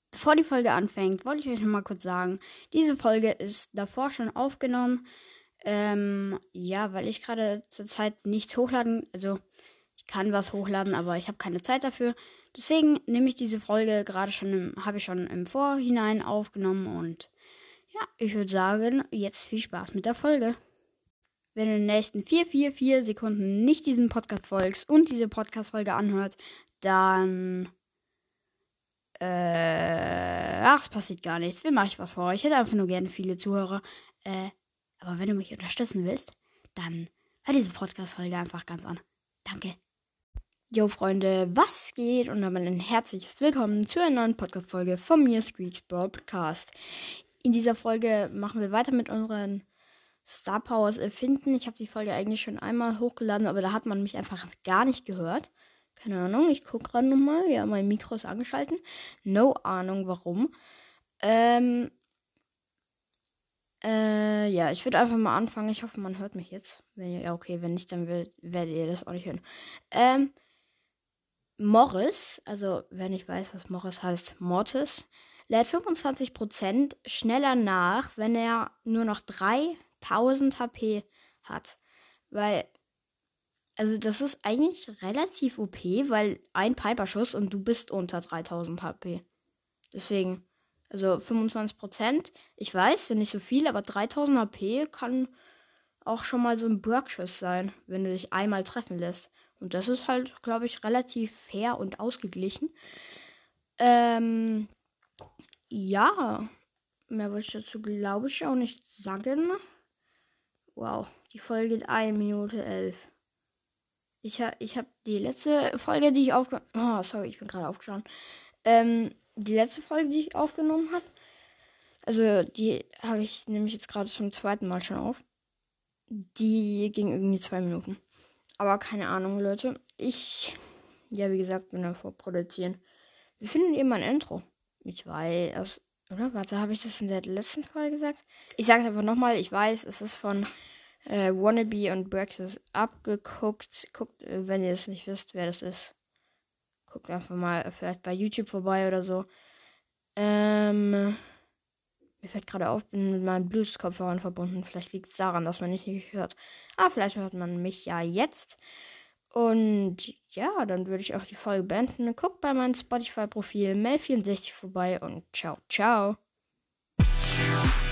Bevor die Folge anfängt, wollte ich euch nochmal kurz sagen, diese Folge ist davor schon aufgenommen. Weil ich gerade zurzeit nichts hochladen, also ich kann was hochladen, aber ich habe keine Zeit dafür. Deswegen nehme ich diese Folge gerade habe ich schon im Vorhinein aufgenommen und ja, ich würde sagen, jetzt viel Spaß mit der Folge. Wenn du in den nächsten 4 Sekunden nicht diesem Podcast folgst und diese Podcast-Folge anhört, dann es passiert gar nichts. Wie mache ich was vor? Ich hätte einfach nur gerne viele Zuhörer. Aber wenn du mich unterstützen willst, dann hör diese Podcast-Folge einfach ganz an. Danke. Jo, Freunde, was geht? Und damit ein herzliches Willkommen zu einer neuen Podcast-Folge von mir, Squeaks Broadcast. In dieser Folge machen wir weiter mit unseren Star Powers erfinden. Ich habe die Folge eigentlich schon einmal hochgeladen, aber da hat man mich einfach gar nicht gehört. Keine Ahnung, ich gucke gerade nochmal. Ja, mein Mikro ist angeschalten. No Ahnung, warum. Ich würde einfach mal anfangen. Ich hoffe, man hört mich jetzt. Wenn nicht, dann werdet ihr das auch nicht hören. Morris, also wenn ich weiß, was Morris heißt, Mortis, lädt 25% schneller nach, wenn er nur noch 3000 HP hat. Also das ist eigentlich relativ OP, weil ein Piper-Schuss und du bist unter 3000 HP. Deswegen, also 25%, ich weiß, sind nicht so viel, aber 3000 HP kann auch schon mal so ein Burgschuss sein, wenn du dich einmal treffen lässt. Und das ist halt, glaube ich, relativ fair und ausgeglichen. Mehr wollte ich dazu, glaube ich, auch nicht sagen. Wow, die Folge geht 1 Minute 11. Ich habe die letzte Folge, die ich aufgenommen habe. Oh, sorry, ich bin gerade aufgestanden. Die letzte Folge, die ich aufgenommen habe. Also, die habe ich nämlich jetzt gerade zum zweiten Mal schon auf. Die ging irgendwie 2 Minuten. Aber keine Ahnung, Leute. Wie gesagt, bin am Vorproduzieren. Wie findet ihr mein Intro? Oder? Warte, habe ich das in der letzten Folge gesagt? Ich sage es einfach nochmal. Ich weiß, es ist von Wannabe und Brexit abgeguckt. Guckt, wenn ihr es nicht wisst, wer das ist. Guckt einfach mal vielleicht bei YouTube vorbei oder so. Mir fällt gerade auf, bin mit meinen Bluetooth-Kopfhörern verbunden. Vielleicht liegt es daran, dass man mich nicht hört. Aber vielleicht hört man mich ja jetzt. Und ja, dann würde ich auch die Folge beenden. Guckt bei meinem Spotify-Profil Mel64 vorbei und ciao, ciao.